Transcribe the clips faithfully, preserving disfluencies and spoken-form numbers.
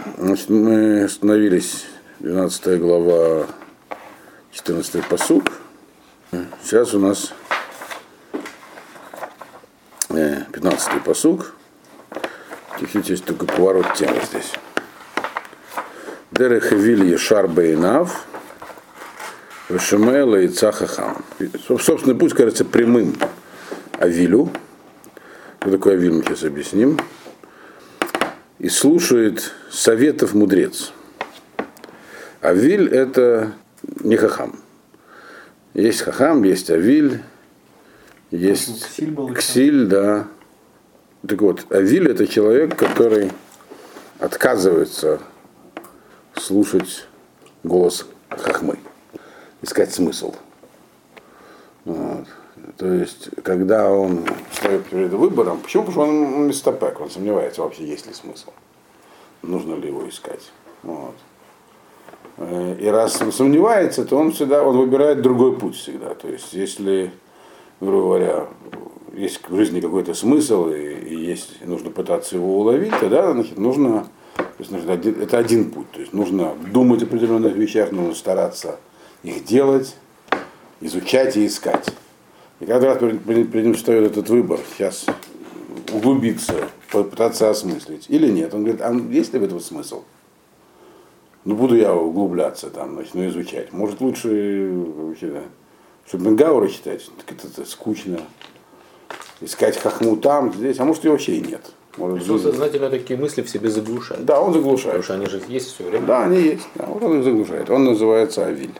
Значит, мы остановились, двенадцатая глава, четырнадцатый пасук. Сейчас у нас пятнадцатый пасук. Чуть-чуть есть только поворот темы здесь. Дерех Эвиль Ешар Бейнав, Вешемела и Цахахам. Собственный путь кажется прямым Авилю. Что такое Авиль, мы сейчас объясним. И слушает советов мудрец. Авиль — это не хахам. Есть хахам, есть авиль, есть ксиль, ксиль, да. Так вот, авиль — это человек, который отказывается слушать голос хахмы, искать смысл. Вот. То есть, когда он стоит перед выбором, почему? Потому что он местопек, он сомневается вообще, есть ли смысл, нужно ли его искать. Вот. И раз он сомневается, то он всегда он выбирает другой путь всегда. То есть, если, грубо говоря, есть в жизни какой-то смысл и, и есть, и нужно пытаться его уловить, тогда значит, нужно, то есть, нужно один, это один путь. То есть нужно думать о определенных вещах, нужно стараться их делать, изучать и искать. И когда перед ним встает этот выбор, сейчас углубиться, попытаться осмыслить или нет, он говорит, а есть ли в этом смысл? Ну, буду я углубляться, там, начну изучать. Может, лучше вообще, чтобы Бенгаура читать, так это, это скучно. Искать хахму там, здесь, а может и вообще и нет. Может, он сознательно такие мысли в себе заглушает. Да, он заглушает. Потому что они же есть все время. Да, они есть. Да, вот он их заглушает. Он называется Авиль.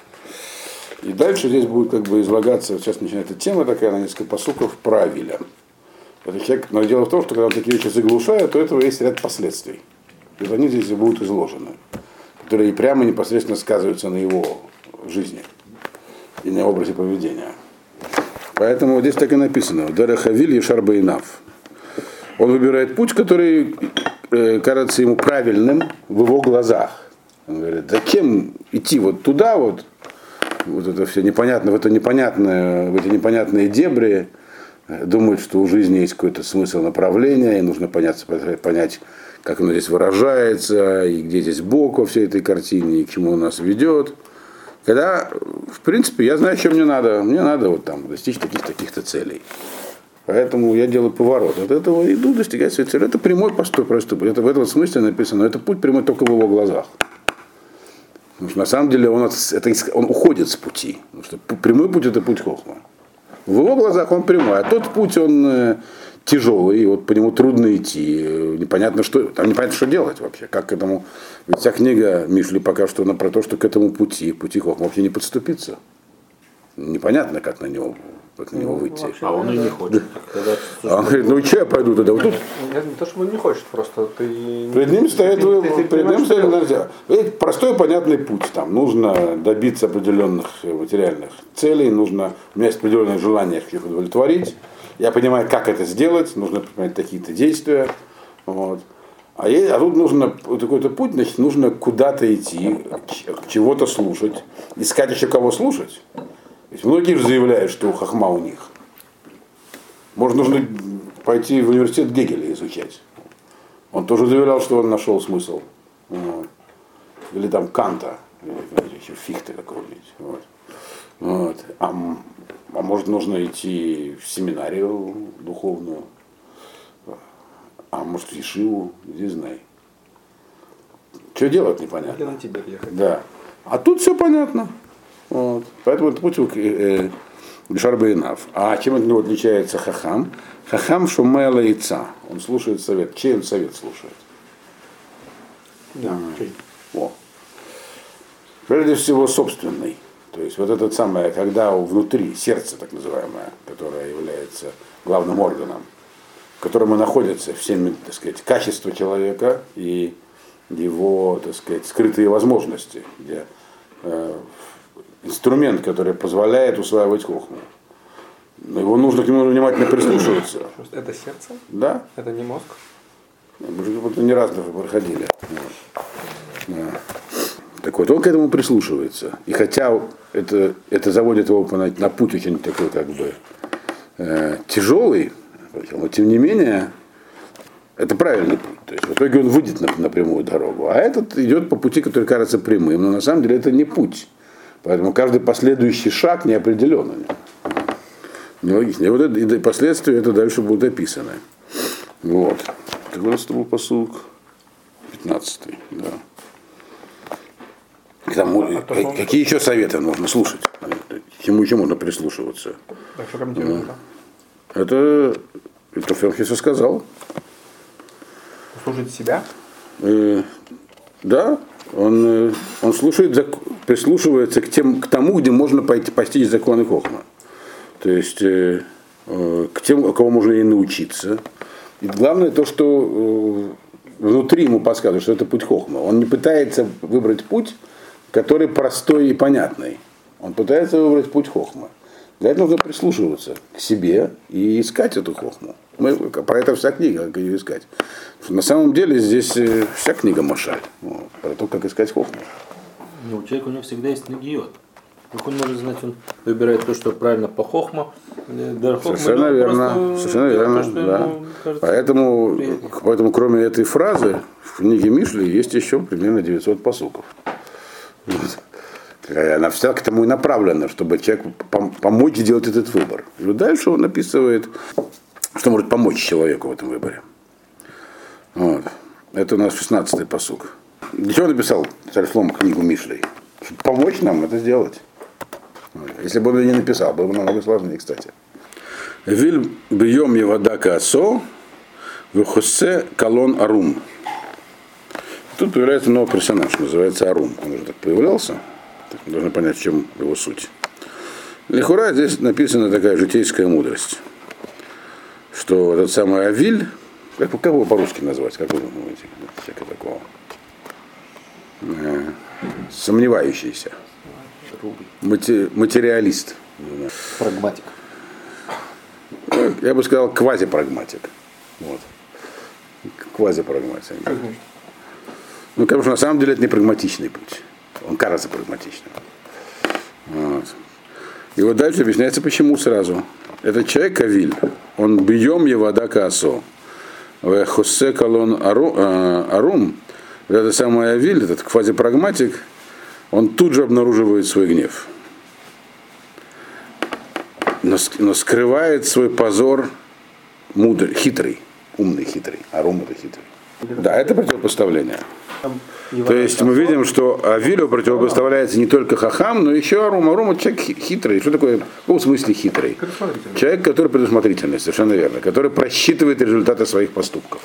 И дальше здесь будет как бы излагаться, сейчас начинается тема такая, на несколько пасуков про Авиля. Это человек, но дело в том, что когда он такие вещи заглушает, то у этого есть ряд последствий. И они здесь будут изложены, которые прямо непосредственно сказываются на его жизни и на образе поведения. Поэтому здесь так и написано: Дерех Авиль Ешар Бейнав. Он выбирает путь, который э, кажется ему правильным в его глазах. Он говорит, зачем идти вот туда вот, вот это все непонятно, в это непонятное, в эти непонятные дебри, думают, что у жизни есть какой-то смысл направления, и нужно понять, понять, как оно здесь выражается, и где здесь Бог во всей этой картине, и к чему он нас ведет. Когда, в принципе, я знаю, что мне надо. Мне надо вот там достичь таких-таких-то целей. Поэтому я делаю поворот. От этого иду достигать своей цели. Это прямой постой, просто. Это в этом смысле написано. Это путь прямой только в его глазах. Потому что на самом деле он, это, он уходит с пути. Потому что прямой путь — это путь хохма. В его глазах он прямой, а тот путь он тяжелый, и вот по нему трудно идти. Непонятно, что, там непонятно, что делать вообще. Как к этому. Ведь вся книга Мишли пока что она про то, что к этому пути, пути хохма вообще не подступиться. Непонятно, как на него, как на него выйти. А он и не хочет. А он говорит, ну что я пойду туда? Вот тут... Не то, чтобы он не хочет, просто ты... Перед ним стоит, ты, ты, ты перед ним стоит нельзя. Простой понятный путь. Там нужно добиться определенных материальных целей, нужно, у меня есть определенное желание их удовлетворить. Я понимаю, как это сделать, нужно предпринять какие-то действия. Вот. А, есть, а тут нужно какой-то путь, значит, нужно куда-то идти, чего-то слушать, искать еще кого слушать. Ведь многие же заявляют, что хахма у них. Может, нужно пойти в университет Гегеля изучать. Он тоже заявлял, что он нашел смысл. Вот. Или там Канта, или еще Фихте какого-нибудь. Вот. Вот. А, а может, нужно идти в семинарию духовную, а может, в Ешиву, не знаю. Что делать, непонятно. Или на тебя ехать. Да. А тут все понятно. Вот. Поэтому это путь Ешар Бейнав. А чем от него отличается хахам? Хахам шумела яйца. Он слушает совет. Чей он совет слушает? Да. О. Прежде всего собственный. То есть вот это самое, когда внутри сердце, так называемое, которое является главным органом, в котором и находятся все, так сказать, качества человека и его, так сказать, скрытые возможности, где э, инструмент, который позволяет усваивать хохму. Но его нужно к нему внимательно прислушиваться. Это сердце? Да. Это не мозг? Мы же как-то не раз даже проходили. Вот. Да. Так вот, он к этому прислушивается. И хотя это, это заводит его на, на путь очень такой как бы э, тяжелый, но тем не менее это правильный путь. То есть в итоге он выйдет на, на прямую дорогу. А этот идет по пути, который кажется прямым. Но на самом деле это не путь. Поэтому каждый последующий шаг неопределенный. Нелогично. И вот это, и последствия это дальше будут описаны. Вот. Какой у нас был посылок? пятнадцатый, да. К тому, а, а какие, какие еще советы можно слушать? К чему еще можно прислушиваться? Так что комментируем, да? Это, это что я сказал. Слушать себя? Э, да. Он, он слушает, прислушивается к, тем, к тому, где можно пойти, постичь законы Хохма. То есть э, э, к тем, у кого можно и научиться. И главное то, что э, внутри ему подсказывает, что это путь Хохма. Он не пытается выбрать путь, который простой и понятный. Он пытается выбрать путь Хохма. Для этого нужно прислушиваться к себе и искать эту Хохму. Мы, про это вся книга, как ее искать. На самом деле здесь вся книга Машаль. Вот, про то, как искать Хохму. Ну, у человека у него всегда есть нагиот. Как он может знать, он выбирает то, что правильно по Хохма. Совершенно верно. Совершенно верно, то, да. Кажется, поэтому, поэтому, кроме этой фразы, в книге Мишли есть еще примерно девятьсот пасуков. Вот. Она вся к тому и направлена, чтобы человеку помочь сделать этот выбор. И вот дальше он описывает, что может помочь человеку в этом выборе. Вот. Это у нас шестнадцатый пасук. Для чего написал царь Шломо книгу Мишлей? Чтобы помочь нам это сделать. Если бы он ее не написал, было бы намного сложнее, кстати. Виль бьем евада каасо, вехосе колон арум. Тут появляется новый персонаж, называется Арум. Он уже так появлялся. Мы должны понять, в чем его суть. Лихура здесь написана такая житейская мудрость, что этот самый Авиль, как, как его по-русски назвать, как вы думаете, всякое такого, э, сомневающийся, Мати, материалист, прагматик. Я бы сказал квазипрагматик. Вот. Квазипрагматик. Ну, конечно, на самом деле это не прагматичный путь. Он кажется прагматичным. Вот. И вот дальше объясняется, почему сразу. Этот человек Авиль, он бьем евада каасо. Хосе колон арум. Это самый Авиль, этот квазипрагматик, он тут же обнаруживает свой гнев. Но, но скрывает свой позор мудрый, хитрый, умный, хитрый. Арум это хитрый. Да, это противопоставление. То есть мы видим, что Авилю противопоставляется не только Хахам, но еще Арум. Арум это человек хитрый. Что такое? В каком смысле хитрый? Человек, который предусмотрительный, совершенно верно, который просчитывает результаты своих поступков.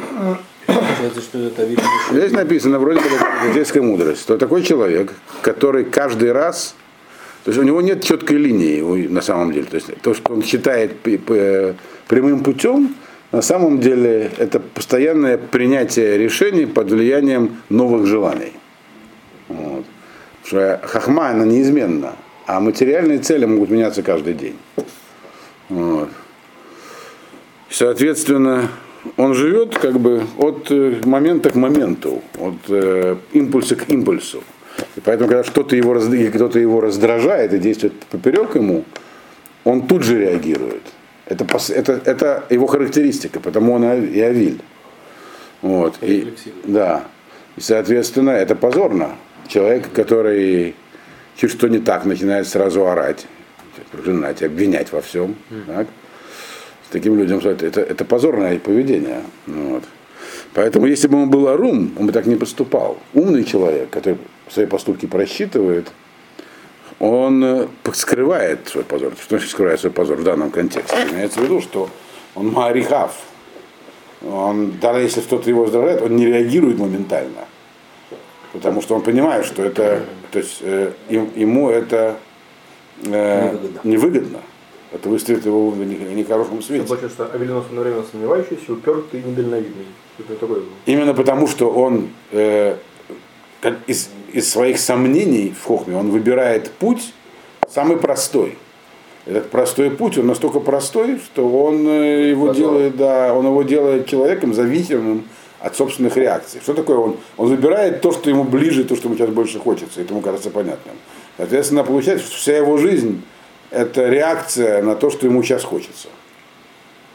Здесь написано, вроде бы, житейская мудрость, что такой человек, который каждый раз, то есть у него нет четкой линии на самом деле. То есть то, что он считает прямым путем, на самом деле это постоянное принятие решений под влиянием новых желаний. Вот. Потому что хахма, она неизменна, а материальные цели могут меняться каждый день. Вот. Соответственно, он живет как бы от момента к моменту, от э, импульса к импульсу. И поэтому, когда что-то его, раз... кто-то его раздражает и действует поперек ему, он тут же реагирует. Это, это, это его характеристика, потому он и Авиль. Вот. И, да. И, соответственно, это позорно. Человек, который чуть что не так, начинает сразу орать, проклинать, обвинять во всем. Mm. Так? С таким людям это, это позорное поведение. Вот. Поэтому, если бы он был Арум, он бы так не поступал. Умный человек, который свои поступки просчитывает, он скрывает свой позор. Что значит скрывает свой позор в данном контексте? Имеется в виду, что он маарихав. Он, даже если кто-то его раздражает, он не реагирует моментально. Потому что он понимает, что это, то есть, э, ему это э, невыгодно. невыгодно. Это выставит его в нехорошем свете. Я бачу, что Авиль у нас одновременно сомневающийся, упертый и недальновидный. Это такое. Именно потому, что он э, из, из своих сомнений в Хохме он выбирает путь самый простой. Этот простой путь, он настолько простой, что он его делает, да, он его делает человеком зависимым от собственных реакций. Что такое он? Он выбирает то, что ему ближе, то, что ему сейчас больше хочется, это ему кажется понятным. Соответственно, получается, что вся его жизнь это реакция на то, что ему сейчас хочется.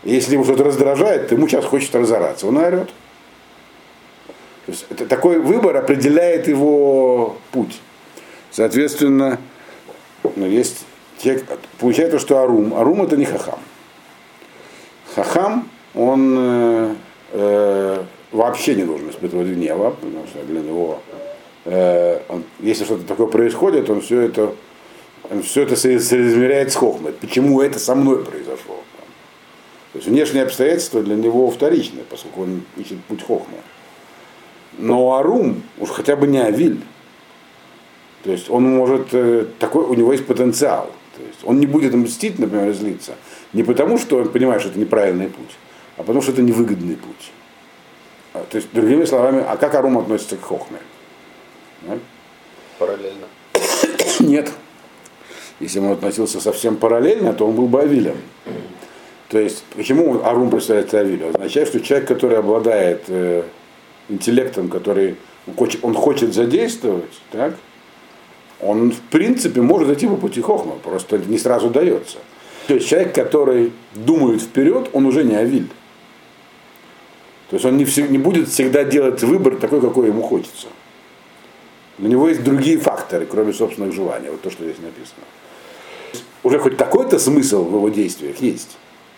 И если его что-то раздражает, то ему сейчас хочется разораться. Он орет. То есть это, такой выбор определяет его путь. Соответственно, ну, есть те, получается, что Арум. Арум это не Хахам. Хахам, он э, э, вообще не должен испытывать гнева, потому что для него, э, он, если что-то такое происходит, он все это, он все это соизмеряет с хохмой. Почему это со мной произошло? То есть внешние обстоятельства для него вторичны, поскольку он ищет путь хохмы. Но Арум уж хотя бы не Авиль. То есть он может, такой, у него есть потенциал. То есть он не будет мстить, например, и злиться. Не потому, что он понимает, что это неправильный путь, а потому, что это невыгодный путь. То есть, другими словами, а как Арум относится к хохме? Да? Параллельно. Нет. Если бы он относился совсем параллельно, то он был бы Авилем. То есть, почему Арум представляется Авилем? Означает, что человек, который обладает э, интеллектом, который он хочет, он хочет задействовать, так, он в принципе может идти по пути хохмы, просто не сразу дается. То есть человек, который думает вперед, он уже не Авиль. То есть он не, всег, не будет всегда делать выбор такой, какой ему хочется. У него есть другие факторы, кроме собственных желаний. Вот то, что здесь написано. Уже хоть какой-то смысл в его действиях есть.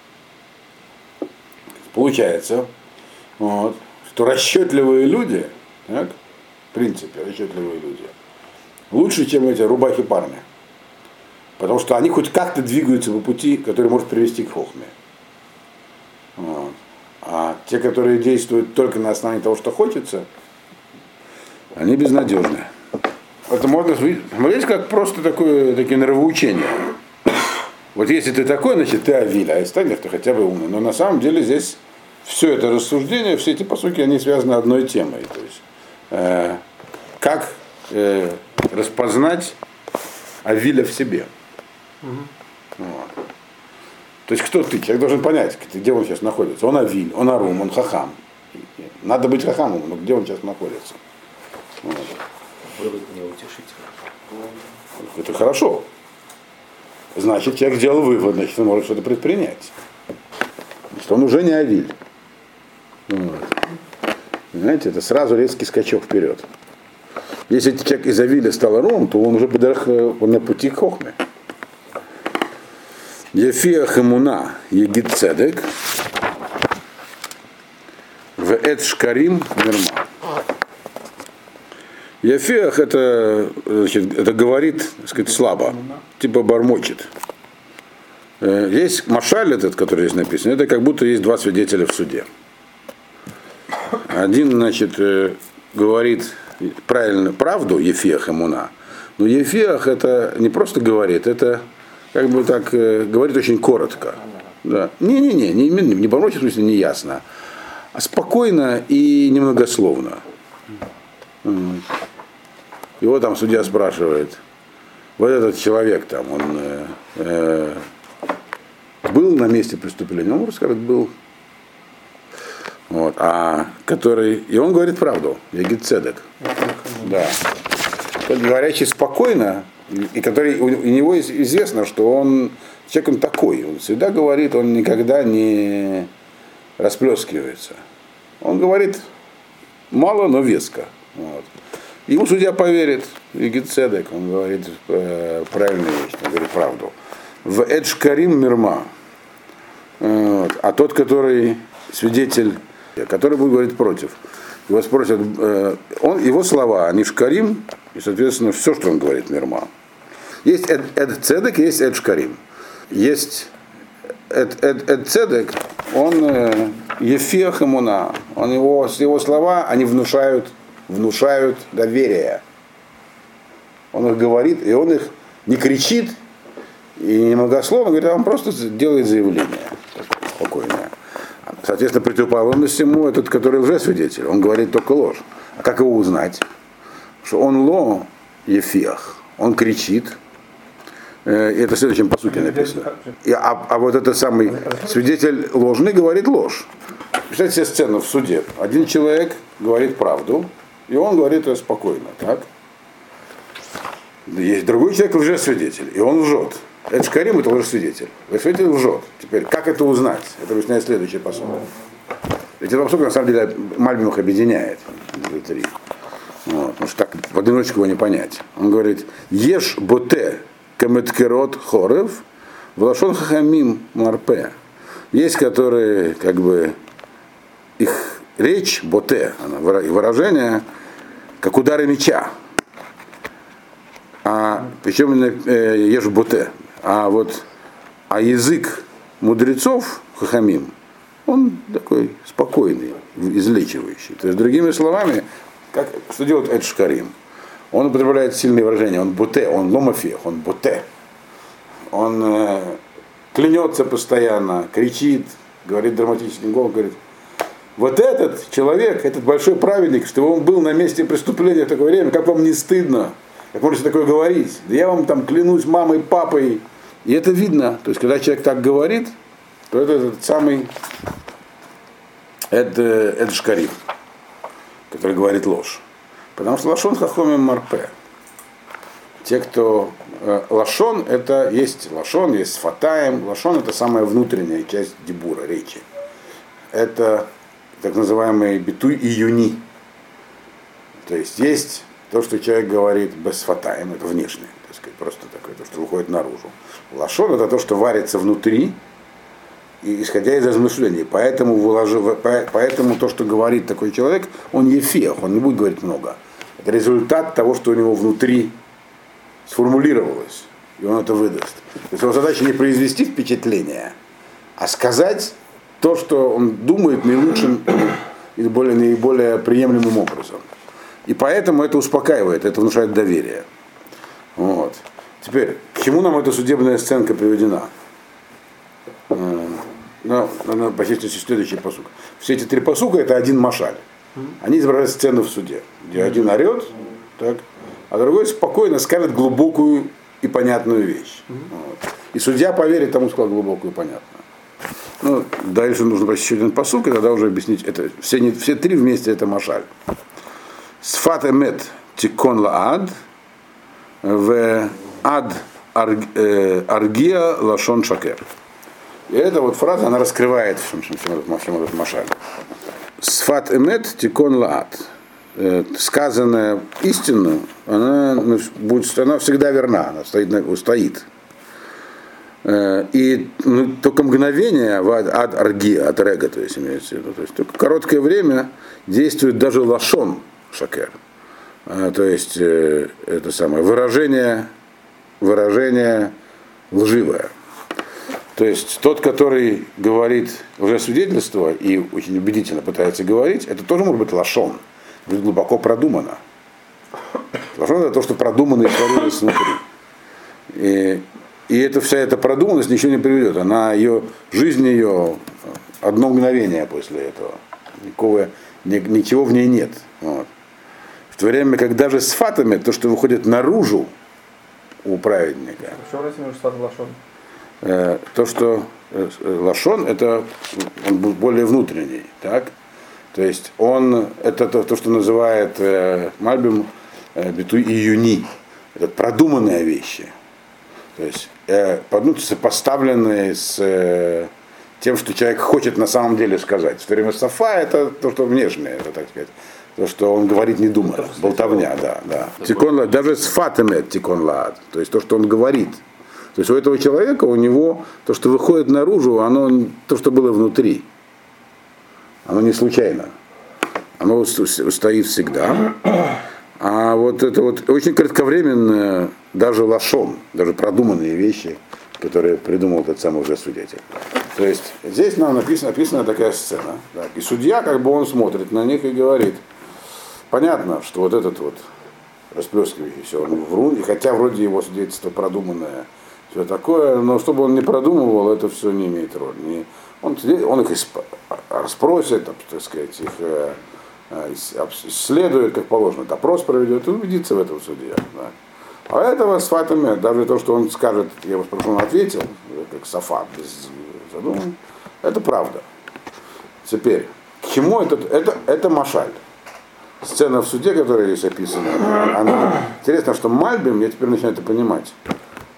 Получается, вот, что расчетливые люди, так, в принципе, расчетливые люди, лучше, чем эти рубахи парни. Потому что они хоть как-то двигаются по пути, который может привести к хохме. Вот. А те, которые действуют только на основании того, что хочется, они безнадежны. Это можно смотреть как просто такое, такие нравоучения. Вот если ты такой, значит ты Авиль, а если так, ты хотя бы умный. Но на самом деле здесь все это рассуждение, все эти посуки, они связаны одной темой. То есть, э, как э, распознать Авиля в себе. Угу. Вот. То есть кто ты? Человек должен понять, где он сейчас находится. Он Авиль, он Арум, он Хахам. Надо быть Хахамом, но где он сейчас находится? Вот. Вывод неутешительный. Это хорошо. Значит, человек сделал вывод, значит, он может что-то предпринять. Значит, он уже не Авиль. Вот. Понимаете, это сразу резкий скачок вперед. Если человек из Авиля стал Арумом, то он уже он на пути к хохме. Ефиах эмуна егид цедек в эт шкарим мирма. Ефиах это, значит, это говорит, так сказать, слабо, типа бормочет. Есть машаль этот, который здесь написан, это как будто есть два свидетеля в суде. Один, значит, говорит правильно правду, Ефиах эмуна, но Ефиах это не просто говорит, это как бы так говорит очень коротко. Да. Не-не-не, не, не, не бормочет, в смысле, не ясно, а спокойно и немногословно. Его там судья спрашивает, вот этот человек там, он э, э, был на месте преступления, он расскажет, был. Вот, а который, и он говорит правду, егид цедек. Да. Тот говорящий спокойно, и который, у, у него известно, что он, человек он такой, он всегда говорит, он никогда не расплескивается. Он говорит мало, но веско. Вот. Ему судья поверит, егид цедек, он говорит э, правильную вещь, он говорит правду. В эт шкарим мирма. Вот. А тот, который свидетель, который будет говорить против, его спросят, э, он, его слова, они шкарим, и, соответственно, все, что он говорит, мирма. Есть эд, эд цедек, есть эд шкарим. Есть эд, эд, эд цедек, он э, ефиах эмуна, он его, его слова, они внушают внушают доверие. Он их говорит, и он их не кричит и не многословно говорит, а он просто делает заявление спокойное. Соответственно, противоположность ему этот, который лжесвидетель, он говорит только ложь. А как его узнать? Что он ло ефиах, он кричит. Это в следующем пасуке написано. И, а, а вот этот самый свидетель ложный говорит ложь. Представьте себе сцену в суде. Один человек говорит правду, и он говорит это спокойно, так? Есть другой человек лжесвидетель, и он лжет. Эд Шкарим это лжесвидетель. Лжесвидетель лжет. Теперь, как это узнать? Это объясняет следующий посуд. Эти два посука на самом деле Мальбим их объединяет внутри. Вот, потому что так в одиночку его не понять. Он говорит, еш боте каметкерот хорев, влашон хахамим марпе. Есть, которые, как бы, их речь, боте, она, выражение, как удары меча. А, причем именно э, еш боте. А вот а язык мудрецов, хахамим, он такой спокойный, излечивающий. То есть, другими словами, как, что делает Эд Шкарим? Он употребляет сильные выражения. Он буте, он ломафех, он буте. Он э, клянется постоянно, кричит, говорит драматическим голосом, говорит, вот этот человек, этот большой праведник, что он был на месте преступления в такое время, как вам не стыдно? Как можете такое говорить? Да я вам там клянусь мамой, папой. И это видно. То есть, когда человек так говорит, то это этот самый Эд, Эд Шкарим, который говорит ложь. Потому что лашон хахомим марпе. Те, кто... Э, лашон, это есть лашон, есть сфатаем. Лашон это самая внутренняя часть дибура, речи. Это так называемый битуй и юни. То есть есть то, что человек говорит без сфатаем, это внешнее, так сказать, просто такое, то, что выходит наружу. Лашон это то, что варится внутри, и исходя из размышлений. Поэтому, выложу, поэтому то, что говорит такой человек, он ефех, он не будет говорить много. Это результат того, что у него внутри сформулировалось, и он это выдаст. То есть его задача не произвести впечатление, а сказать то, что он думает наилучшим и более, наиболее приемлемым образом. И поэтому это успокаивает, это внушает доверие. Вот. Теперь, к чему нам эта судебная сценка приведена? Ну, надо почистить следующий посук. Все эти три посука это один машаль. Они изображают сцену в суде, где один орет, так, а другой спокойно скажет глубокую и понятную вещь. Вот. И судья поверит тому, что сказал глубокую и понятную. Ну, дальше нужно прочесть еще один посук, и тогда уже объяснить. Это, все, не, все три вместе это машаль. Сфат эмет тикон лаад, в ад аргия лашон шакер. И эта вот фраза, она раскрывает всем, всем, всем, всем этот машаль. Сфат эмет тикон лаат. Сказанная истину, она, будет, она всегда верна, она стоит, устоит. И ну, только мгновение ад аргия, от рега, то есть имеется в виду. То есть только короткое время действует даже лашон шакер. То есть это самое выражение, выражение лживое. То есть тот, который говорит лжесвидетельство и очень убедительно пытается говорить, это тоже может быть лашон, будет глубоко продумано. Лашон это то, что продумано и творилось внутри. И, и это, вся эта продуманность ничего не приведет. Она, ее, жизнь ее одно мгновение после этого. Никакого, ни, ничего в ней нет. Вот. В то время как даже с фатами, то, что выходит наружу у праведника. Что в России сфат лашон? То, что лашон, это он был более внутренний, так? То есть он, это то, то что называет э, Мальбим э, битуй и юни, это продуманные вещи, то есть э, сопоставленные с э, тем, что человек хочет на самом деле сказать. В то время сафа это то, что внешнее, это, так сказать, то, что он говорит не думая, болтовня, да, да. Тикон, даже с фатами тикон лаад, то есть то, что он говорит. То есть у этого человека, у него то, что выходит наружу, оно то, что было внутри. Оно не случайно. Оно стоит всегда. А вот это вот очень кратковременно даже лашон, даже продуманные вещи, которые придумал этот самый лжесвидетель. То есть здесь нам написано, написана такая сцена. Так, и судья, как бы он смотрит на них и говорит, понятно, что вот этот вот расплескивающийся, он врун, и хотя вроде его свидетельство продуманное, все такое, но чтобы он не продумывал, это все не имеет роли. Не, он, он их расспросит, так сказать, их э, исследует, как положено, допрос проведет и убедится в этом судья. Да. А этого с фатами, даже то, что он скажет, я вас прошу, он ответил, как сафат, без задумывания, это правда. Теперь, к чему это? Это, это машаль. Сцена в суде, которая здесь описана, она, интересно, что Мальбим, я теперь начинаю это понимать,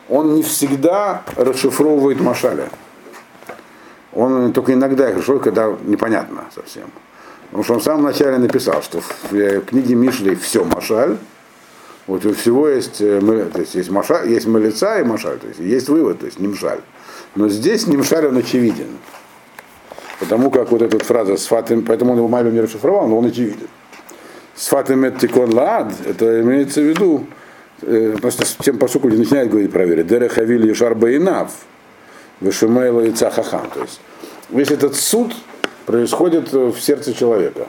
он не всегда расшифровывает машали. Он только иногда их расшифровывает, когда непонятно совсем. Потому что он в самом начале написал, что в книге Мишлей все машаль. Вот у всего есть, то есть есть, машаль, есть малица и машаль, то есть есть вывод, то есть нимшаль. Но здесь нимшаль он очевиден. Потому как вот эта фраза с фатым, поэтому он его мало не расшифровал, но он очевиден. С фатым эт тикон лаад, это имеется в виду, э, просто с тем посуку не начинает говорить проверить. Дерех авиль ешар баинав, вешумейла яйца хахам. То есть весь этот суд происходит в сердце человека.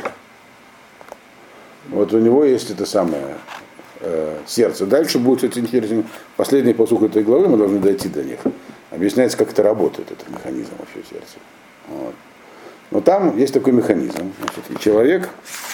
Вот у него есть это самое э, сердце. Дальше будет, кстати, интересно, последний посук этой главы, мы должны дойти до них. Объясняется, как это работает, этот механизм вообще в сердце. Вот. Но там есть такой механизм. Значит, и человек,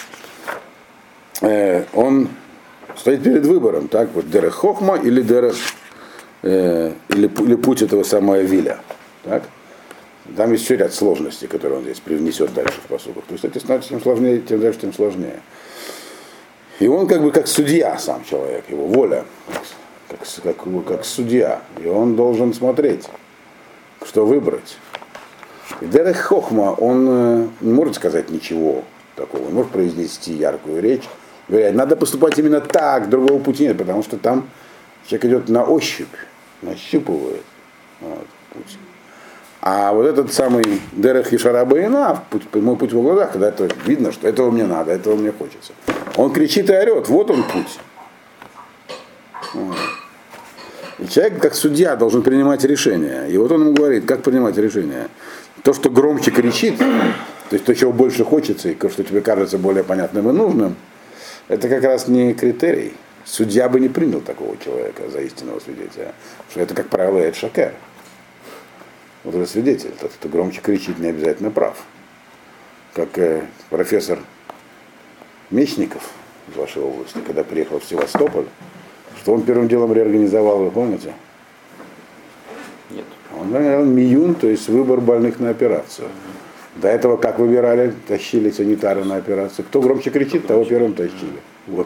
э, он стоит перед выбором, так, вот дерех хохма или дерех, э, или, или путь этого самого Виля. Так? Там есть еще ряд сложностей, которые он здесь привнесет дальше в посудах. То есть, это становится тем сложнее, тем дальше, тем сложнее. И он как бы как судья сам человек, его воля, как, как, как судья. И он должен смотреть, что выбрать. И дерех хохма, он не может сказать ничего такого, не может произнести яркую речь. Говорят, надо поступать именно так, другого пути нет, потому что там человек идет на ощупь, нащупывает вот, путь. А вот этот самый дерех ешара баинав, мой путь в глазах, когда это видно, что этого мне надо, этого мне хочется. Он кричит и орет, вот он путь. Вот. И человек, как судья, должен принимать решения. И вот он ему говорит, как принимать решения. То, что громче кричит, то есть то, чего больше хочется, и то, что тебе кажется более понятным и нужным, это как раз не критерий. Судья бы не принял такого человека за истинного свидетеля. Потому что это, как правило, эд шакер. Вот этот свидетель, тот, кто громче кричит, не обязательно прав. Как э, профессор Мечников из вашей области, когда приехал в Севастополь, что он первым делом реорганизовал, вы помните? Нет. Он организовал МИЮН, то есть выбор больных на операцию. До этого как выбирали, тащили санитары на операцию. Кто громче кричит, того первым тащили. Вот.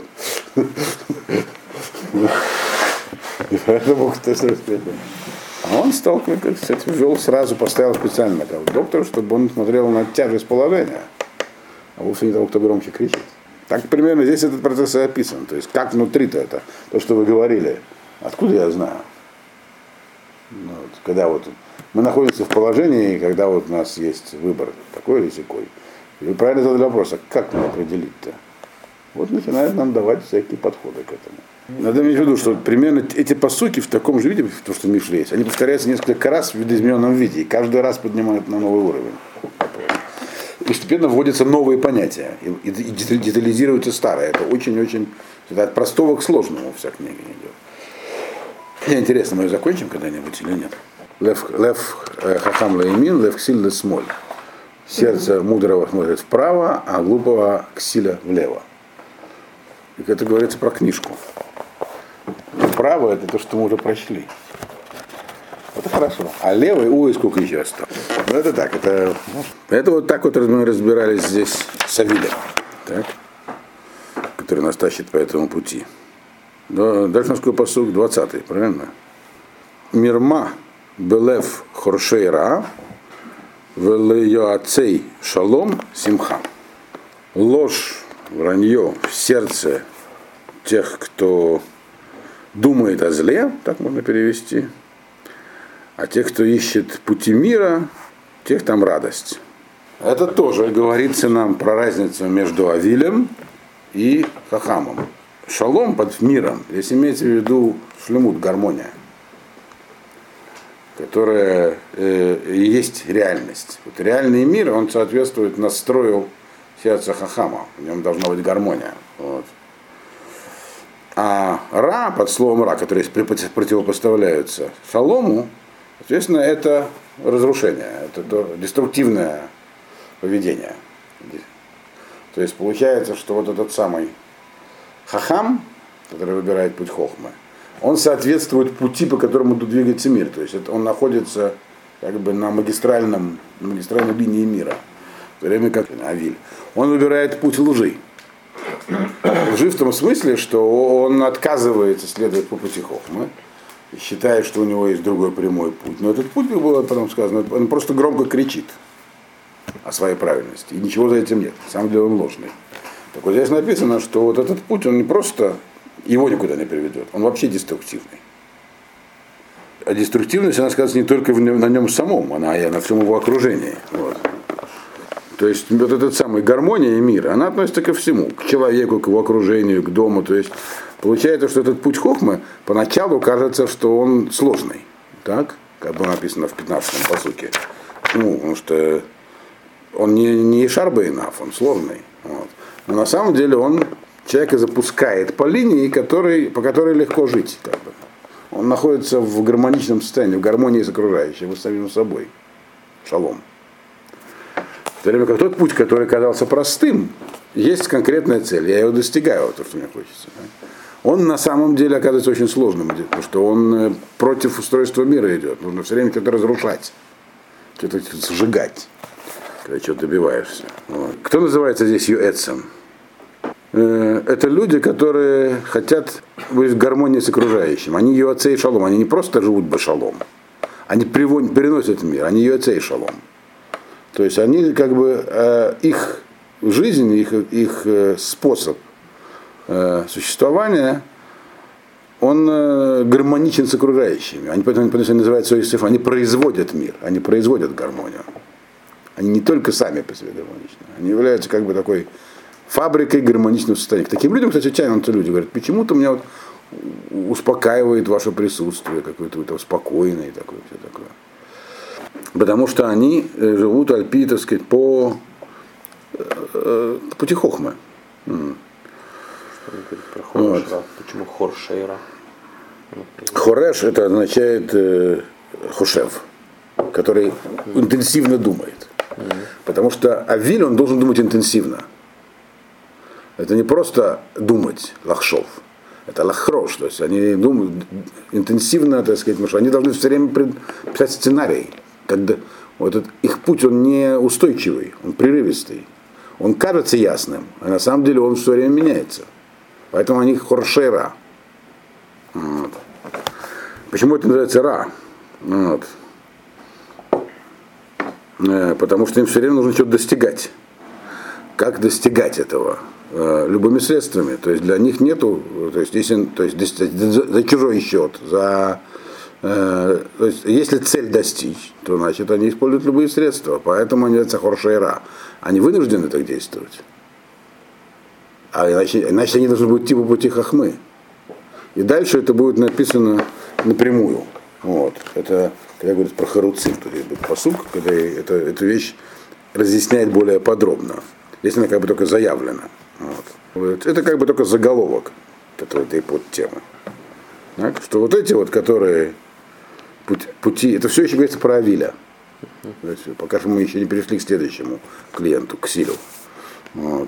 И поэтому кто смотрел. А он стал, как сказать, ввел сразу, поставил специально того доктора, чтобы он смотрел на тяжесть положения, а вовсе не того, кто громче кричит. Так примерно здесь этот процесс и описан. То есть как внутри-то это, то, что вы говорили, откуда я знаю? Ну, вот, когда вот мы находимся в положении, когда вот у нас есть выбор такой или сякой. И вы правильно задали вопрос, а как нам определить-то? Вот начинают нам давать всякие подходы к этому. Надо иметь в виду, что примерно эти посуки в таком же виде, то, что в Мишле есть, они повторяются несколько раз в видоизмененном виде, и каждый раз поднимают на новый уровень. Постепенно вводятся новые понятия, и, и детализируются старые. Это очень-очень, от простого к сложному вся книга идет. Мне интересно, мы ее закончим когда-нибудь или нет? Лев, лев хахам лаимин, лев ксиль ле смоль. Сердце мудрого смотрит вправо, а глупого ксиля влево. И это говорится про книжку. Вправо это то, что мы уже прочли. Это хорошо. А левый, ой, сколько еще осталось. Ну это так, это, это вот так вот мы разбирались здесь с Авилем, так, который нас тащит по этому пути. Дальше у нас какой посук, двадцатый, правильно? Мирма белев хоршейра велеоацей шалом симха. Ложь, вранье в сердце тех, кто думает о зле, так можно перевести, а тех, кто ищет пути мира, тех там радость. Это тоже говорится нам про разницу между Авилем и Хахамом. Шалом под миром, здесь имеется в виду шлемут, гармония, которая э, есть реальность. Вот реальный мир, он соответствует настрою сердца Хахама, в нем должна быть гармония. Вот. А Ра, под словом Ра, которые противопоставляются Шалому, соответственно, это разрушение, это деструктивное поведение. То есть получается, что вот этот самый Хахам, который выбирает путь Хохмы, он соответствует пути, по которому тут двигается мир. То есть это, он находится как бы на магистральном, на магистральной линии мира, в то время как Авиль. Он выбирает путь лжи. Лжи в том смысле, что он отказывается следовать по пути Хохмы считает, что у него есть другой прямой путь. Но этот путь, как было потом сказано, он просто громко кричит о своей правильности. И ничего за этим нет. На самом деле он ложный. Так вот здесь написано, что вот этот путь, он не просто, его никуда не приведет, он вообще деструктивный. А деструктивность, она сказывается не только в нем, на нем самом, она и на всем его окружении. Вот. То есть вот эта самая гармония мира, она относится ко всему, к человеку, к его окружению, к дому. То есть получается, что этот путь хохмы поначалу кажется, что он сложный. Так? Как было написано в пятнадцатом пасуке. Почему? Потому что он не, не шарбейнаф, он сложный. Вот. Но на самом деле он человека запускает по линии, который, по которой легко жить. Как бы. Он находится в гармоничном состоянии, в гармонии с окружающим, с самим собой. Шалом. В то время как тот путь, который казался простым, есть конкретная цель. Я его достигаю, то, что мне хочется. Он на самом деле оказывается очень сложным, потому что он против устройства мира идет. Нужно все время что-то разрушать, что-то сжигать, когда что-то добиваешься. Вот. Кто называется здесь юэцем? Это люди, которые хотят быть в гармонии с окружающим. Они юэцей шалом, они не просто живут башалом, они переносят мир, они юэцей шалом. То есть они как бы их жизнь, их, их способ существования, он гармоничен с окружающими. Они поэтому, поэтому называют свой естество, они производят мир, они производят гармонию. Они не только сами по себе гармоничны, они являются как бы такой фабрикой гармоничного состояния. К таким людям, кстати, тянутся люди, говорят, почему-то меня вот успокаивает ваше присутствие, какое-то вы спокойное, такое, все такое. Потому что они живут альпи, так сказать, по э, пути хохмы. Вот. Почему хоршейра? Хореш это означает э, хошев, который интенсивно думает. Mm-hmm. Потому что авиль, он должен думать интенсивно. Это не просто думать, лахшов. Это лахрош. То есть они думают интенсивно, так сказать, потому что они должны все время писать сценарий. Когда вот этот, их путь, он не устойчивый, он прерывистый. Он кажется ясным, а на самом деле он все время меняется. Поэтому они хоршера. Вот. Почему это называется ра? Вот. Потому что им все время нужно что-то достигать. Как достигать этого? Любыми средствами. То есть для них нету, то есть, если, то есть за, за чужой счет, за, э, то есть если цель достичь, то значит они используют любые средства. Поэтому они называются хоршера. Они вынуждены так действовать. А иначе, иначе они должны быть типа пути хохмы. И дальше это будет написано напрямую. Вот. Это, когда говорят про харуцим, то есть будет пасук, когда это, эту вещь разъясняет более подробно. Здесь она как бы только заявлена. Вот. Это как бы только заголовок этой, этой подтемы. Так? Что вот эти вот, которые пути, пути это все еще говорится про Авиля. То есть, пока что мы еще не перешли к следующему клиенту, к Силю. Вот.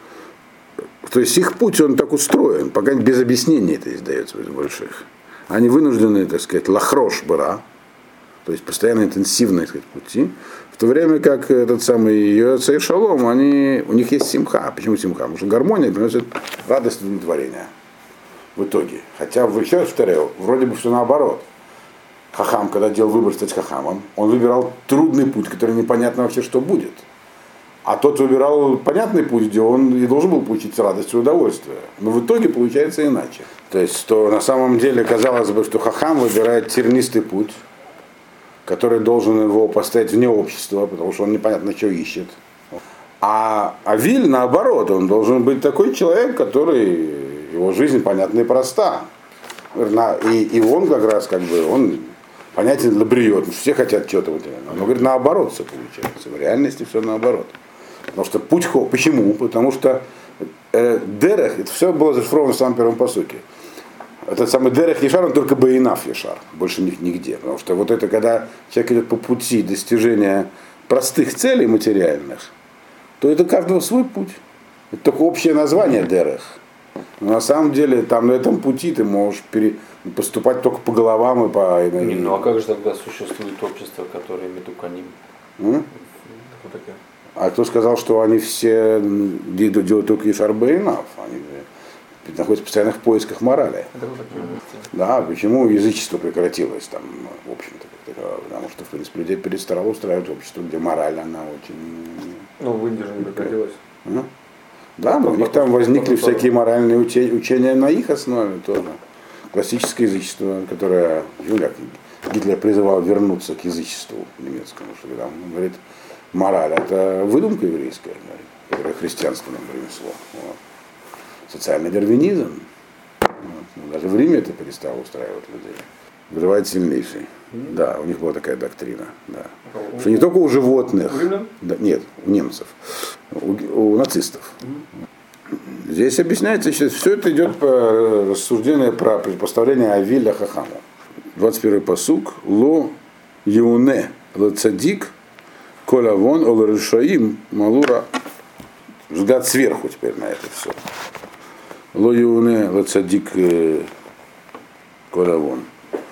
То есть их путь, он так устроен, пока без объяснений это издается из больших. Они вынуждены, так сказать, лахрош бара, то есть постоянно интенсивные, так сказать, пути, в то время как этот самый Йоцей Шалом, они, у них есть симха. Почему симха? Потому что гармония приносит радость и удовлетворение в итоге. Хотя в еще повторяю, вроде бы все наоборот. Хахам, когда делал выбор стать хахамом, он выбирал трудный путь, который непонятно вообще, что будет. А тот выбирал понятный путь, где он и должен был получить радость и удовольствие. Но в итоге получается иначе. То есть, что на самом деле казалось бы, что хахам выбирает тернистый путь, который должен его поставить вне общества, потому что он непонятно что ищет. А Авиль, наоборот, он должен быть такой человек, который, его жизнь понятна и проста. И, и он как раз как бы, он понятен для бриот, все хотят чего-то вот. Но говорит, наоборот все получается. В реальности все наоборот. Потому что путь хо. Почему? Потому что э, дерех, это все было зашифровано в самом первом пасуке. Этот самый дерех Ешар, он только бейнаф Ешар, больше них нигде. Потому что вот это, когда человек идет по пути достижения простых целей материальных, то это каждого свой путь. Это только общее название дерех. Но на самом деле там на этом пути ты можешь пере... поступать только по головам и по... Не, ну а как же тогда существует общество, которое медуканим? А кто сказал, что они все делают только Ешар бейнаф? Они находится в постоянных поисках морали. Да, почему язычество прекратилось там, в общем-то, потому что, в принципе, людей перестало устраивать общество, где мораль, она очень... Ну, в Индии же не прекратилось. А? Да, но у них там возникли всякие моральные учения на их основе тоже. Классическое язычество, которое Юля, Гитлер призывал вернуться к язычеству немецкому, что там он говорит, мораль это выдумка еврейская, которая христианство нам принесло. Вот. Социальный дарвинизм. Вот. Даже в Риме это перестало устраивать людей. Вызывает сильнейший. Mm-hmm. Да, у них была такая доктрина. Да. Uh-huh. Что не только у животных, uh-huh. да, нет, у немцев, у, у нацистов. Uh-huh. Здесь объясняется, что все это идет по рассуждению про предпоставление Авиля Хахаму. двадцать первый пасук. Ло юне ло цадик коля вон ол решаим малура. Взгляд сверху теперь на это все. Ло юне ло цадик коля вон.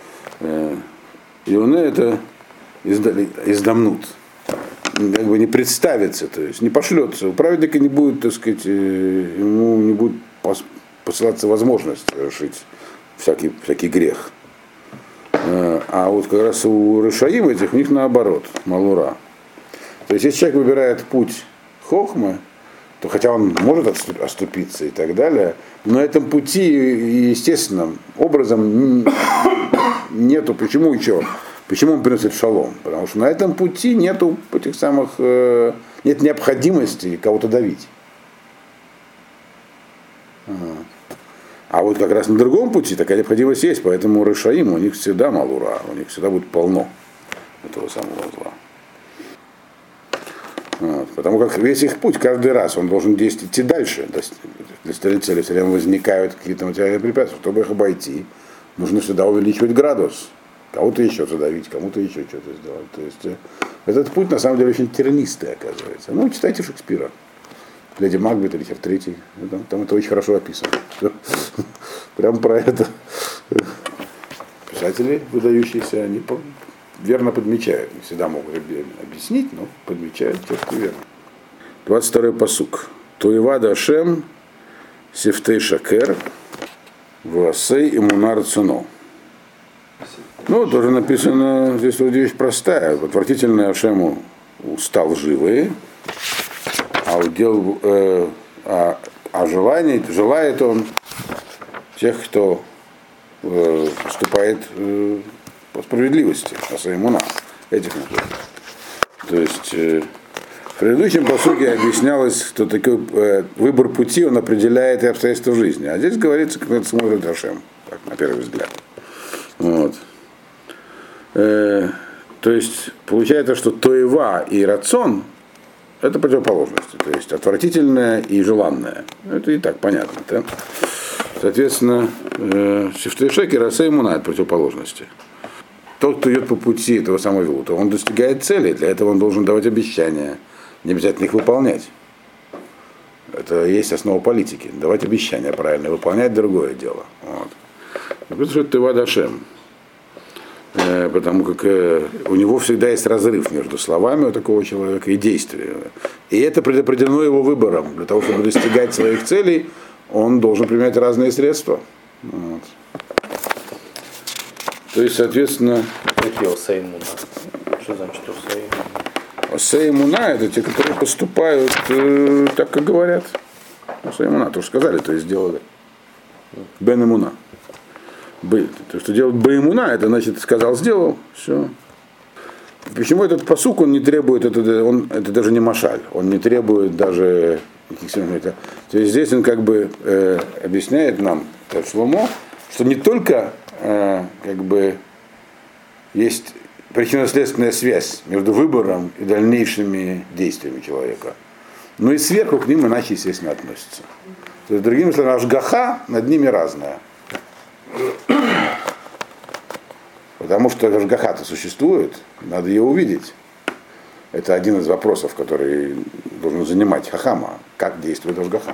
Юне это издамнут. Как бы не представится, то есть не пошлется. У праведника не будет, так сказать, ему не будет посылаться возможность совершить всякий, всякий грех. А вот как раз у решаим этих, у них наоборот, малура. То есть если человек выбирает путь хохмы, то хотя он может оступиться и так далее, но на этом пути естественным образом нету, почему еще? Почему он приносит шалом? Потому что на этом пути нету этих самых, э, нет необходимости кого-то давить. А вот как раз на другом пути такая необходимость есть, поэтому решаим у них всегда малура, у них всегда будет полно этого самого зла. Вот. Потому как весь их путь каждый раз он должен действовать идти дальше. Для этой цели все время возникают какие-то материальные препятствия. Чтобы их обойти, нужно всегда увеличивать градус. Кого-то еще задавить, кому-то еще что-то сделать. То есть этот путь на самом деле очень тернистый оказывается. Ну, читайте Шекспира. Леди Макбет или Ричард Третий. Там, там это очень хорошо описано. Прям про это. Писатели выдающиеся, они верно подмечают. Не всегда могут объяснить, но подмечают четко и верно. двадцать второй пасук. Туевада Ашем Сифтей Шакер Вуасей Имунар Цуно. Ну, тоже написано, здесь вроде вещь простая. Отвратительный Ашему устал живые, а удел, э, а, а желание, желает он тех, кто э, вступает э, по справедливости, а своему на этих находит. То есть э, в предыдущем посуке объяснялось, что такой э, выбор пути он определяет и обстоятельства жизни. А здесь говорится, как это смотрит Ашем, так, на первый взгляд. Вот. Э, то есть получается, что тоева и рацион это противоположности, то есть отвратительное и желанное. Это и так понятно. Да? Соответственно, Шифтейшек и Расей Муна это противоположности. Тот, кто идет по пути этого самого Вилута, он достигает цели, для этого он должен давать обещания, не обязательно их выполнять. Это есть основа политики. Давать обещания правильно, выполнять другое дело. Вот. Потому что это Тевад Ашем. Потому как у него всегда есть разрыв между словами у такого человека и действием. И это предопределено его выбором. Для того, чтобы достигать своих целей, он должен применять разные средства. Вот. То есть, соответственно... Какие Осей Муна? Что значит Осей Муна? Осей Муна это те, которые поступают э, так, как говорят. Осей Муна, то, что сказали, то и сделали. Бен Муна. То, что делать Баимуна, это значит сказал, сделал, все. Почему этот пасук, он не требует, это, он, это даже не машаль, он не требует даже каких-то... То есть здесь он как бы э, объясняет нам, Шломо, что не только э, как бы есть причинно-следственная связь между выбором и дальнейшими действиями человека, но и сверху к ним иначе, естественно, относится. То есть, другими словами, ашгаха над ними разная. Потому что ашгаха-то существует, надо ее увидеть. Это один из вопросов, который должен занимать хахама, как действует ашгаха.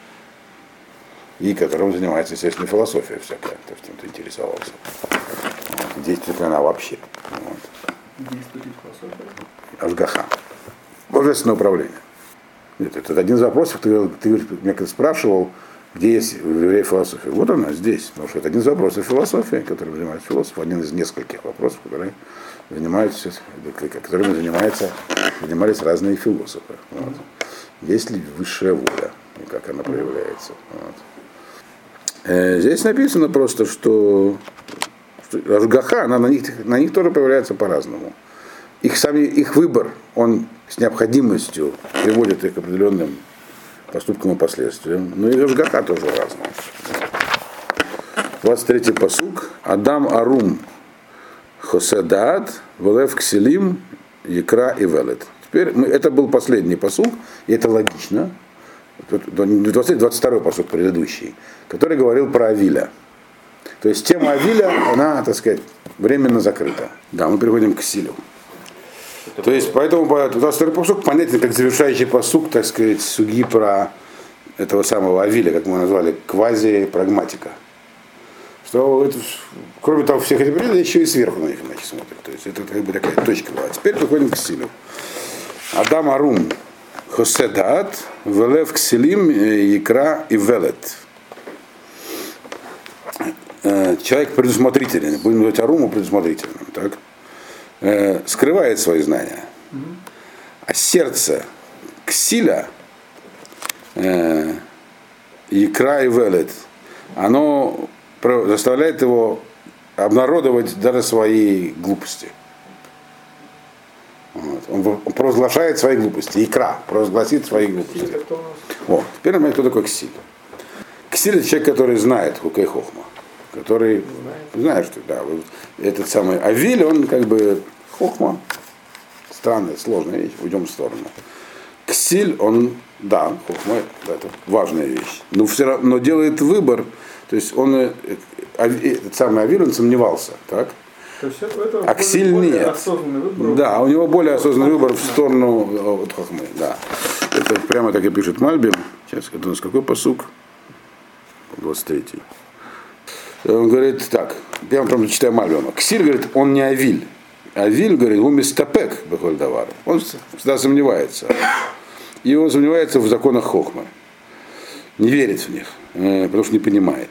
И которым занимается, естественно, философия всякая, кто чем-то интересовался. Вот. Действует ли она вообще. Вот. Действует ли философия? Ашгаха. Божественное управление. Нет, это один из вопросов, ты, ты меня когда спрашивал, Где есть в евреи философия? Вот она здесь. Потому что это один из вопросов философии, которым занимается философ, один из нескольких вопросов, которые занимаются, которыми занимаются, занимались разные философы. Вот. Есть ли высшая воля, и как она проявляется. Вот. Э, здесь написано просто, что, что Ашгаха, она на них, на них тоже появляется по-разному. Их, сами, их выбор, он с необходимостью приводит их к определенным поступкам и последствиям. Но и Ашгаха тоже разная. двадцать третий пасук. Адам Арум Хоседаат, Велев Кселим, Екра и Велет. Теперь мы, это был последний пасук, и это логично. двадцать, двадцать второй пасук предыдущий, который говорил про Авиля. То есть тема Авиля, она, так сказать, временно закрыта. Да, мы переходим к Силю. Это То есть, поэтому двадцать второй пасук понятен как завершающий пасук, так сказать, суги про этого самого Авиля, как мы назвали, квази-прагматика. Что это, кроме того, всех этих определений, еще и сверху на них иначе смотрят. То есть это как бы такая точка была. Теперь приходим к Силю. Адам Арум Хоседат, Велев Кселим, Икра и Велет. Человек предусмотрительный, будем называть Аруму предусмотрительным, так? Скрывает свои знания. А сердце Ксиля, Икра и Велет, оно заставляет его обнародовать даже свои глупости. Вот. Он провозглашает свои глупости. Икра провозгласит свои глупости. О, теперь мы кто такой Ксиль. Ксиль это человек, который знает Хукей Хохма. Который знает, что да, вот этот самый Авиль, он как бы Хохма. Странная, сложная вещь. Уйдем в сторону. Ксиль, он, да, Хохма, да, это важная вещь. Но все равно но делает выбор. То есть он, этот самый Авиль, он сомневался, так? То есть это а Ксиль нет. Осознанный выбор. Да, у него более осознанный выбор в сторону от Хохмы. Да. Это прямо так и пишет Мальбим. Сейчас, это у нас какой пасук? двадцать третий. Он говорит так, я вам прям читаю Мальбима. Ксиль говорит, он не Авиль. Авиль говорит, он мистапек бехольдавар. Он всегда сомневается. И он сомневается в законах Хохмы. Не верит в них, потому что не понимает.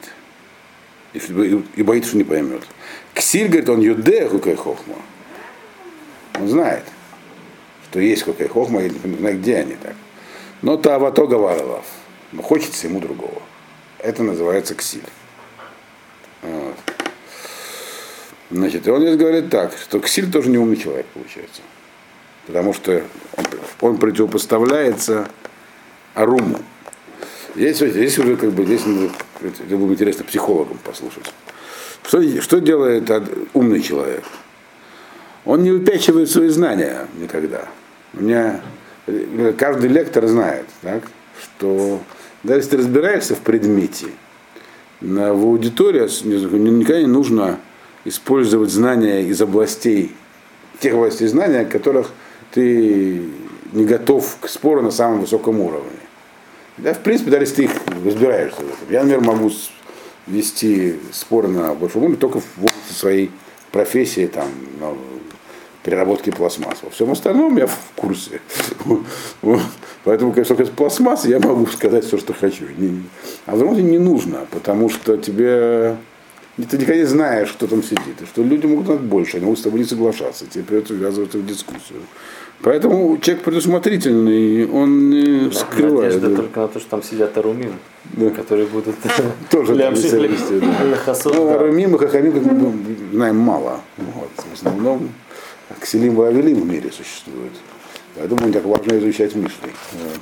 И боится, что не поймет. Ксиль говорит, он юдея Хукей Хохма. Он знает, что есть Хукей Хохма, и не знает, где они так. Но Таавато Гаваралав. Но хочется ему другого. Это называется Ксиль. Вот. Значит, и он здесь говорит так, что Ксиль тоже не умный человек, получается. Потому что он, он противопоставляется Аруму. Здесь, здесь уже как бы здесь это было интересно психологам послушать. Что, что делает умный человек? Он не выпячивает свои знания никогда. У меня каждый лектор знает, так, что даже если ты разбираешься в предмете, на, в аудитории никогда не нужно использовать знания из областей, тех областей знания, которых ты не готов к спору на самом высоком уровне. Да, в принципе, даже если ты их разбираешься в этом. Я, например, могу вести споры на большом уровне только в области своей профессии, там, на переработке пластмасс. Во всем остальном я в курсе. Поэтому, конечно, с пластмассы я могу сказать все, что хочу. А взрослым не нужно, потому что тебе ты никогда не знаешь, кто там сидит, и что люди могут знать больше, они могут с тобой не соглашаться, тебе придется ввязываться в дискуссию. Поэтому человек предусмотрительный, он не да, скрывает. Надежда да. только на то, что там сидят арумим, да. которые будут тоже лямших лехасот. Ну, арумим и хахамим, как мы знаем, мало. Вот. В основном ксилим и авилим в мире существуют. Поэтому не так важно изучать Мишли.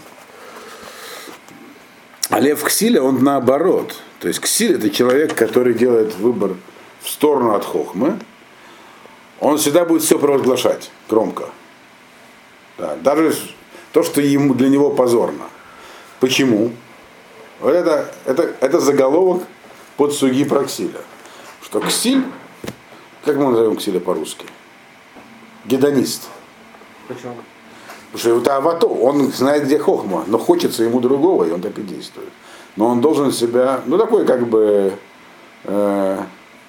А лев Ксиля, он наоборот. То есть Ксиль это человек, который делает выбор в сторону от Хохмы. Он всегда будет все провозглашать громко. Да, даже то, что ему, для него позорно. Почему? Вот это, это, это заголовок под суги про Ксиля. Что Ксиль, как мы назовем Ксиля по-русски? Гедонист. Почему? Потому что это авато, он знает, где Хохма, но хочется ему другого, и он так и действует. Но он должен себя, ну такой как бы э,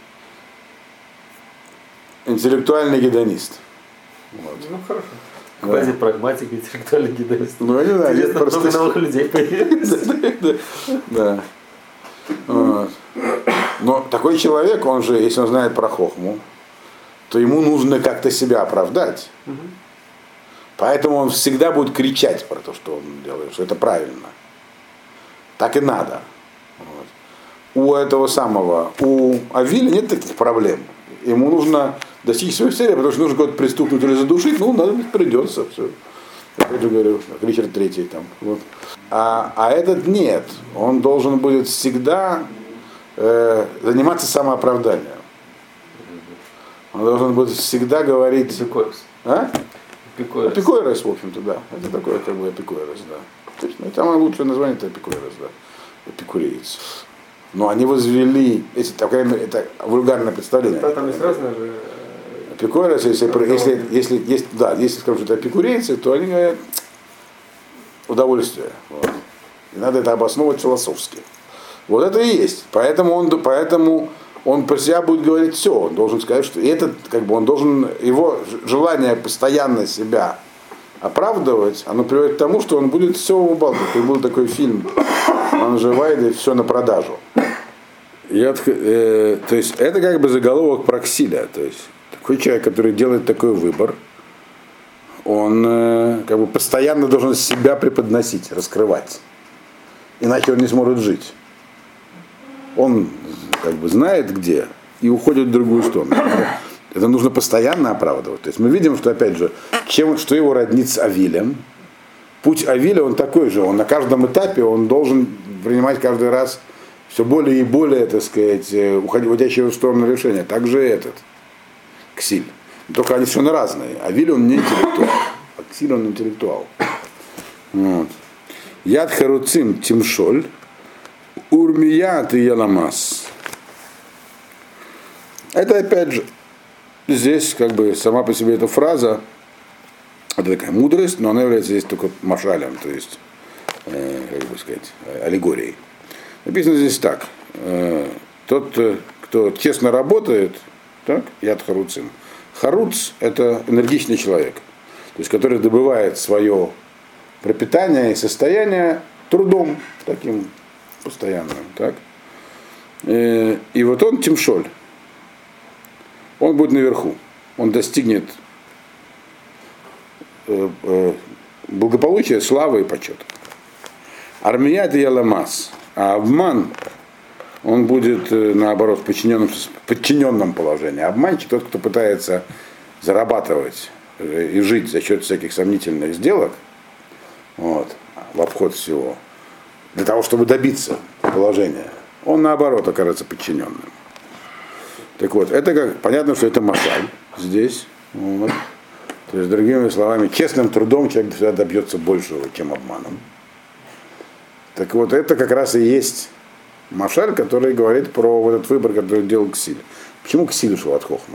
интеллектуальный гедонист. Вот. Ну хорошо. Квази-прагматик, интеллектуальный гедонист. Ну, я не знаю, есть просто... много новых людей появилось. Да. Вот. Но такой человек, он же, если он знает про хохму, то ему нужно как-то себя оправдать. Поэтому он всегда будет кричать про то, что он делает, что это правильно. Так и надо. Вот. У этого самого, у Авиля нет таких проблем. Ему нужно достичь своих целей, потому что нужно кого-то пристукнуть или задушить, ну, надо, придется. Все. Я же говорю, Ричард Третий там. Вот. А, а этот нет. Он должен будет всегда э, заниматься самооправданием. Он должен будет всегда говорить... Эпикурос. А? Эпикурос. Эпикурос, в общем-то, да. Это такое, как бы, эпикурос, да. Точно. И самое лучшее название это эпикурос, да. Эпикуреец. Но они возвели, если такое, это вульгарное представление. Да, там есть разные же. Эпикурос, если, если, если, если, да, если скажут, что это эпикурейцы, то они говорят удовольствие. Вот. И надо это обосновывать философски. Вот это и есть. Поэтому он, поэтому он про себя будет говорить все. Он должен сказать, что и этот, как бы, он должен, его желание постоянно себя оправдывать, оно приводит к тому, что он будет все убалтывать. И был такой фильм, он же Вайде, все на продажу. Я, э, то есть это как бы заголовок про Ксиля. То есть такой человек, который делает такой выбор, он э, как бы постоянно должен себя преподносить, раскрывать. Иначе он не сможет жить. Он как бы знает где и уходит в другую сторону. Это нужно постоянно оправдывать. То есть мы видим, что опять же, чем, что его роднит с Авилем. Путь Авиля, он такой же. Он на каждом этапе он должен принимать каждый раз все более и более, так сказать, уходящего в сторону решения. Также этот Ксиль. Только они совершенно разные. Авиль он не интеллектуал, а Ксиль он интеллектуал. Вот. Яд Харуцим Тимшоль, Урмият и Яламас. Это опять же, здесь как бы сама по себе эта фраза, это такая мудрость, но она является здесь только машалем, то есть, э, как бы сказать, аллегорией. Написано здесь так. Э, тот, кто честно работает, так, яд харуцим. Харуц – это энергичный человек, то есть, который добывает свое пропитание и состояние трудом таким постоянным. Так? Э, и вот он Тимшоль. Он будет наверху. Он достигнет э, э, благополучия, славы и почета. Армия это Яламас. А обман, он будет, э, наоборот, в подчиненном, подчиненном положении. Обманщик тот, кто пытается зарабатывать э, и жить за счет всяких сомнительных сделок, вот, в обход всего, для того, чтобы добиться положения. Он, наоборот, окажется подчиненным. Так вот, это как, понятно, что это машаль здесь. Вот. То есть, другими словами, честным трудом человек всегда добьется большего, чем обманом. Так вот, это как раз и есть машаль, который говорит про вот этот выбор, который делал Ксиль. Почему Ксиль ушел от хохмы?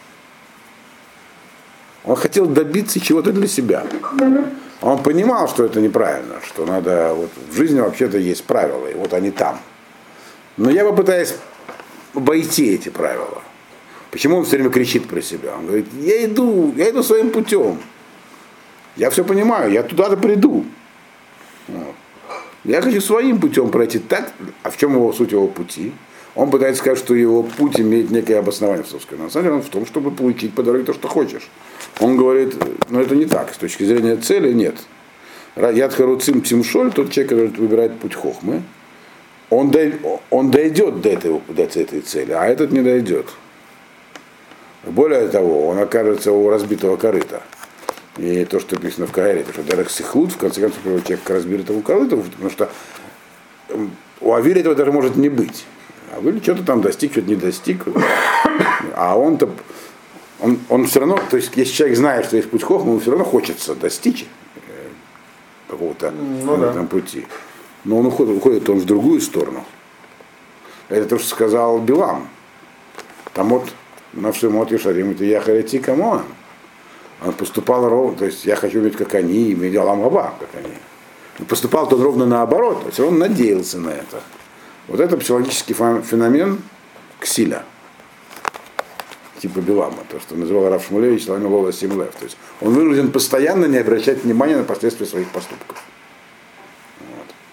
Он хотел добиться чего-то для себя. Он понимал, что это неправильно, что надо, вот в жизни вообще-то есть правила, и вот они там. Но я попытаюсь обойти эти правила. Почему он все время кричит про себя? Он говорит, я иду, я иду своим путем. Я все понимаю, я туда-то приду. Вот. Я хочу своим путем пройти так, а в чем его суть его пути? Он пытается сказать, что его путь имеет некое обоснование, собственно. На самом деле он в том, чтобы получить по дороге то, что хочешь. Он говорит, ну это не так, с точки зрения цели нет. Яд Харуцим Тимшоль, тот человек, который выбирает путь хохмы, он, дой, он дойдет до, этого, до этой цели, а этот не дойдет. Более того, он окажется у разбитого корыта. И то, что написано в Каэре, что Дарах Сихлут, в конце концов, приводит человека к разбитому корыту, потому что у Авиля этого даже может не быть. Авиль что-то там достиг, что-то не достиг. А он-то, он, он все равно, то есть, если человек знает, что есть путь хохмы, ему все равно хочется достичь какого-то ну, да. там пути. Но он уходит, уходит он в другую сторону. Это то, что сказал Билам. Там вот на всем от Ешарим, это я харити камон. Он поступал ровно, то есть я хочу быть как они, и медиал амаба, как они. Но поступал он ровно наоборот, то есть он надеялся на это. Вот это психологический феномен Ксиля. Типа Билама, то, что называл Рав Шмулевич, Лами Лола Симлев. То есть он вынужден постоянно не обращать внимания на последствия своих поступков. Вот.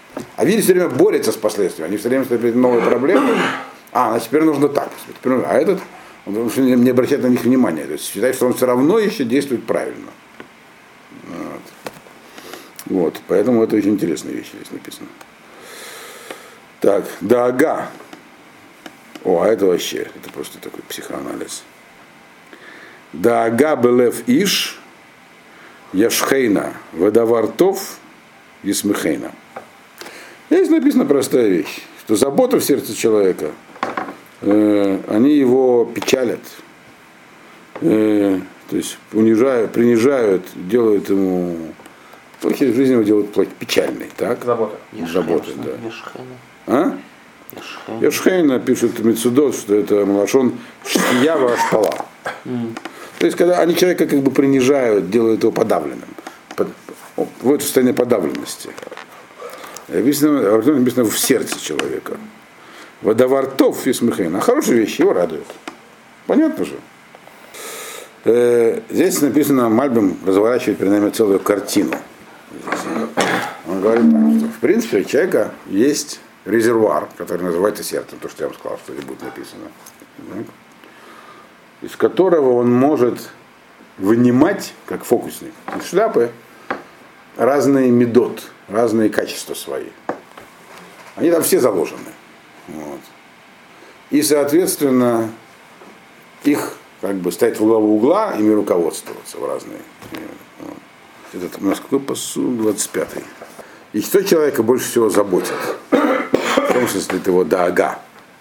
Авиль все время борется с последствиями, они все время стоят перед новой проблемой. А, значит, теперь нужно так. Теперь нужно, а этот, он не обращает на них внимания. То есть считает, что он все равно еще действует правильно. Вот. Вот. Поэтому это очень интересная вещь здесь написано. Так, Даага. О, а это вообще, это просто такой психоанализ. Даага белев иш, яшхейна, ведавартов, есмехейна. Здесь написана простая вещь, что забота в сердце человека, э, они его печалят, э, то есть унижают, принижают, делают ему, плохие жизни его делают плохие, печальной, так? Забота. Забота, да. А? Яшхейна пишет Мецудот, что это малашон штиява ашпала. Mm. То есть, когда они человека как бы принижают, делают его подавленным, под, в это состояние подавленности. Написано, написано в сердце человека. Водовартов и смехейна. А хорошие вещи его радуют. Понятно же? Э, здесь написано, Мальбим разворачивает перед нами целую картину. Он говорит так, что в принципе у человека есть резервуар, который называется сердцем, то, что я вам сказал, что здесь будет написано, из которого он может вынимать, как фокусник, из шляпы разные медот, разные качества свои. Они там все заложены. Вот. И, соответственно, их как бы ставить в главу угла, ими руководствоваться в разные. Вот. Этот у нас какой посуд? двадцать пятый. И что человека больше всего заботит? В том смысле, это его даага.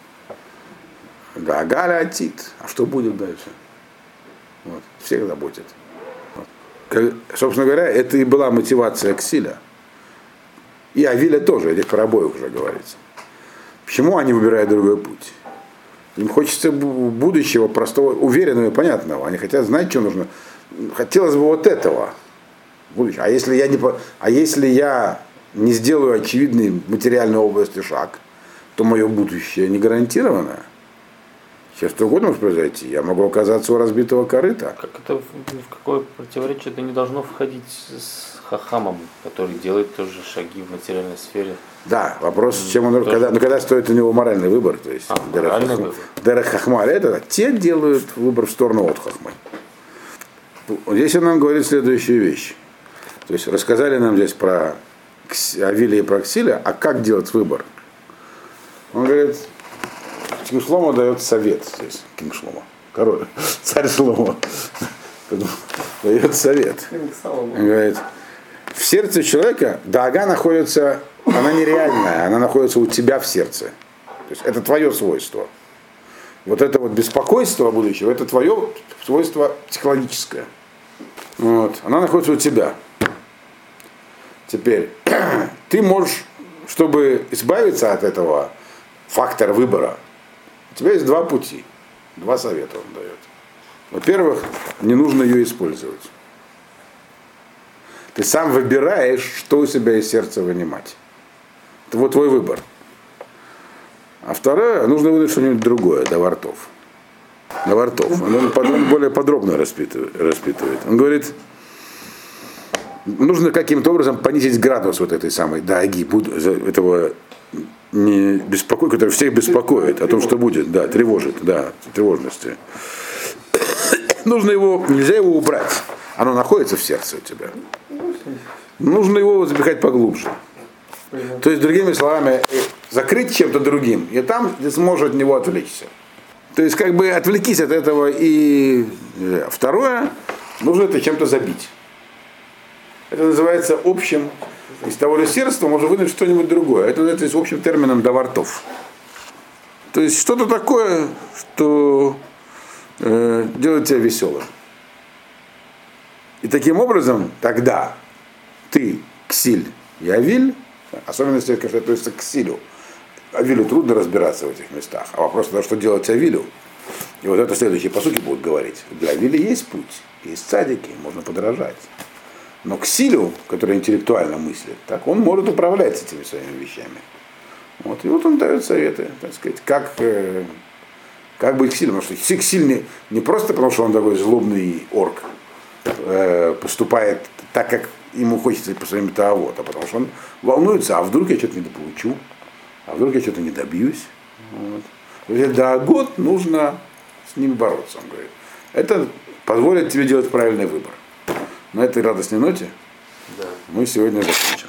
Даага лятит. А что будет дальше? Вот. Всех заботит. Вот. Как, собственно говоря, это и была мотивация Ксиля. И Авиля тоже, здесь про обоих уже говорится. Почему они выбирают другой путь? Им хочется будущего, простого, уверенного и понятного. Они хотят знать, что нужно. Хотелось бы вот этого. А если я не, а если я не сделаю очевидный в материальной области шаг, то мое будущее не гарантировано. Сейчас что угодно может произойти. Я могу оказаться у разбитого корыта. Как это в какое противоречие это не должно входить с хахамом, который делает тоже шаги в материальной сфере. Да, вопрос, чем он, когда, ну, когда стоит у него моральный выбор, то есть а, моральный выбор. Дерех хахма, это те делают выбор в сторону от хахмы. Здесь он нам говорит следующую вещь. То есть рассказали нам здесь про Авиля и про Ксиля, а как делать выбор? Он говорит, Кинг Шломо дает совет здесь, Кинг Шломо, король, царь Шломо, дает совет. Он говорит, в сердце человека даага находится, она нереальная, она находится у тебя в сердце. То есть это твое свойство. Вот это вот беспокойство будущего, это твое свойство психологическое. Вот. Она находится у тебя. Теперь, ты можешь, чтобы избавиться от этого фактора выбора, у тебя есть два пути, два совета он дает. Во-первых, не нужно ее использовать. Ты сам выбираешь, что у себя из сердца вынимать. Это вот твой выбор. А второе, нужно вынуть что-нибудь другое, до вартов. До вартов. Он, он более подробно распитывает, распитывает. Он говорит, нужно каким-то образом понизить градус вот этой самой дааги, этого не беспоко... который всех беспокоит о том, что будет, да, тревожит, да, тревожности. Нужно его, нельзя его убрать. Оно находится в сердце у тебя. Нужно его запихать поглубже. То есть, другими словами, закрыть чем-то другим, и там ты сможешь от него отвлечься. То есть, как бы отвлекись от этого. И второе, нужно это чем-то забить. Это называется общим, из того же сердца можно вынуть что-нибудь другое. Это называется общим термином давартов. То есть, что-то такое, что э, делает тебя веселым. И таким образом, тогда ты, Ксиль и Авиль, особенно если, конечно, относится к Ксилю, Авилю трудно разбираться в этих местах, а вопрос того, что делать Авилю, и вот это следующие посуки будут говорить. Для Авиля есть путь, есть цадики, можно подражать. Но Ксилю, который интеллектуально мыслит, так, он может управлять этими своими вещами. Вот, и вот он дает советы, так сказать, как, э, как быть Ксилем. Потому что Ксиль не, не просто потому, что он такой злобный орк, поступает так, как ему хочется по своим таавот, а потому что он волнуется, а вдруг я что-то недополучу, а вдруг я что-то не добьюсь. Вот. Да, год нужно с ним бороться, он говорит. Это позволит тебе делать правильный выбор. На этой радостной ноте Да. мы сегодня закончим.